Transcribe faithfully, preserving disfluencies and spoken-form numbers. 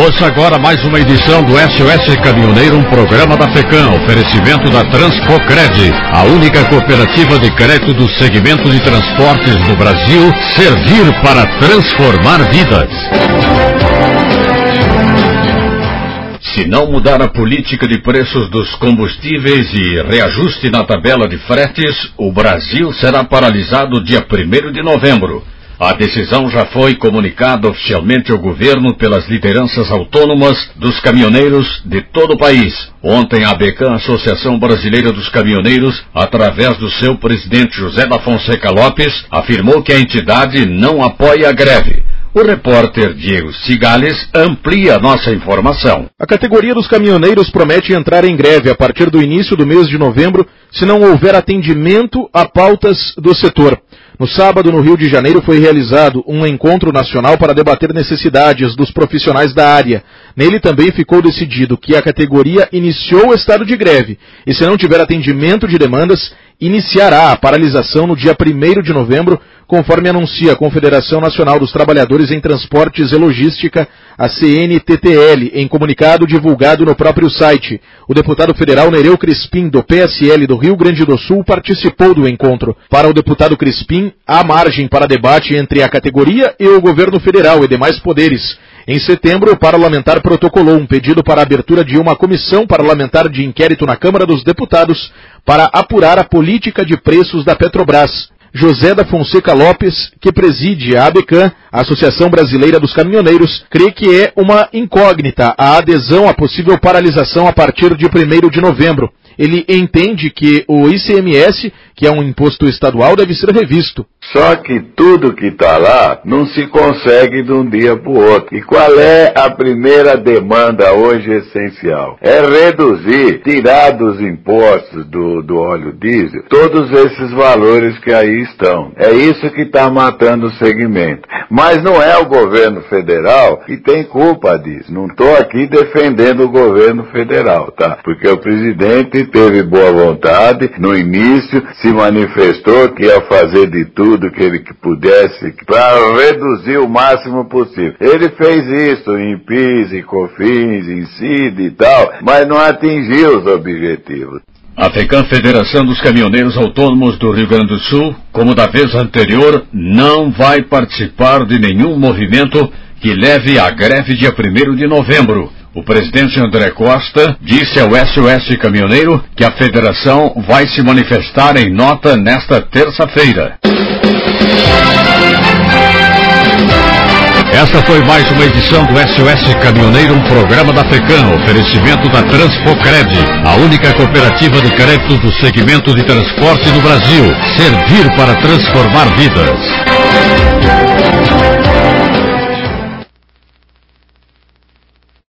Ouça agora mais uma edição do S O S Caminhoneiro, um programa da FECAM, oferecimento da Transpocred, a única cooperativa de crédito do segmento de transportes no Brasil, servir para transformar vidas. Se não mudar a política de preços dos combustíveis e reajuste na tabela de fretes, o Brasil será paralisado dia primeiro de novembro. A decisão já foi comunicada oficialmente ao governo pelas lideranças autônomas dos caminhoneiros de todo o país. Ontem, a ABECAM, Associação Brasileira dos Caminhoneiros, através do seu presidente José da Fonseca Lopes, afirmou que a entidade não apoia a greve. O repórter Diego Cigales amplia nossa informação. A categoria dos caminhoneiros promete entrar em greve a partir do início do mês de novembro, se não houver atendimento a pautas do setor. No sábado, no Rio de Janeiro, foi realizado um encontro nacional para debater necessidades dos profissionais da área. Nele também ficou decidido que a categoria iniciou o estado de greve e, se não tiver atendimento de demandas, iniciará a paralisação no dia primeiro de novembro, conforme anuncia a Confederação Nacional dos Trabalhadores em Transportes e Logística, a C N T T L, em comunicado divulgado no próprio site. O deputado federal Nereu Crispim, do P S L do Rio Grande do Sul, participou do encontro. Para o deputado Crispim, há margem para debate entre a categoria e o governo federal e demais poderes. Em setembro, o parlamentar protocolou um pedido para a abertura de uma comissão parlamentar de inquérito na Câmara dos Deputados para apurar a política de preços da Petrobras. José da Fonseca Lopes, que preside a ABECAM, a Associação Brasileira dos Caminhoneiros, crê que é uma incógnita a adesão à possível paralisação a partir de primeiro de novembro. Ele entende que o I C M S, que é um imposto estadual, deve ser revisto. Só que tudo que está lá não se consegue de um dia para o outro. E qual é a primeira demanda hoje essencial? É reduzir, tirar dos impostos do, do óleo diesel, todos esses valores que aí estão. É isso que está matando o segmento. Mas não é o governo federal que tem culpa disso. Não estou aqui defendendo o governo federal, tá? Porque o presidente teve boa vontade, no início se manifestou que ia fazer de tudo que ele pudesse para reduzir o máximo possível. Ele fez isso em P I S, em COFINS, em C I D e tal, mas não atingiu os objetivos. A FECAM, Federação dos Caminhoneiros Autônomos do Rio Grande do Sul, como da vez anterior, não vai participar de nenhum movimento que leve à greve dia primeiro de novembro. O presidente André Costa disse ao S O S Caminhoneiro que a federação vai se manifestar em nota nesta terça-feira. Esta foi mais uma edição do S O S Caminhoneiro, um programa da FECAM, oferecimento da Transpocred, a única cooperativa de crédito do segmento de transporte no Brasil, servir para transformar vidas.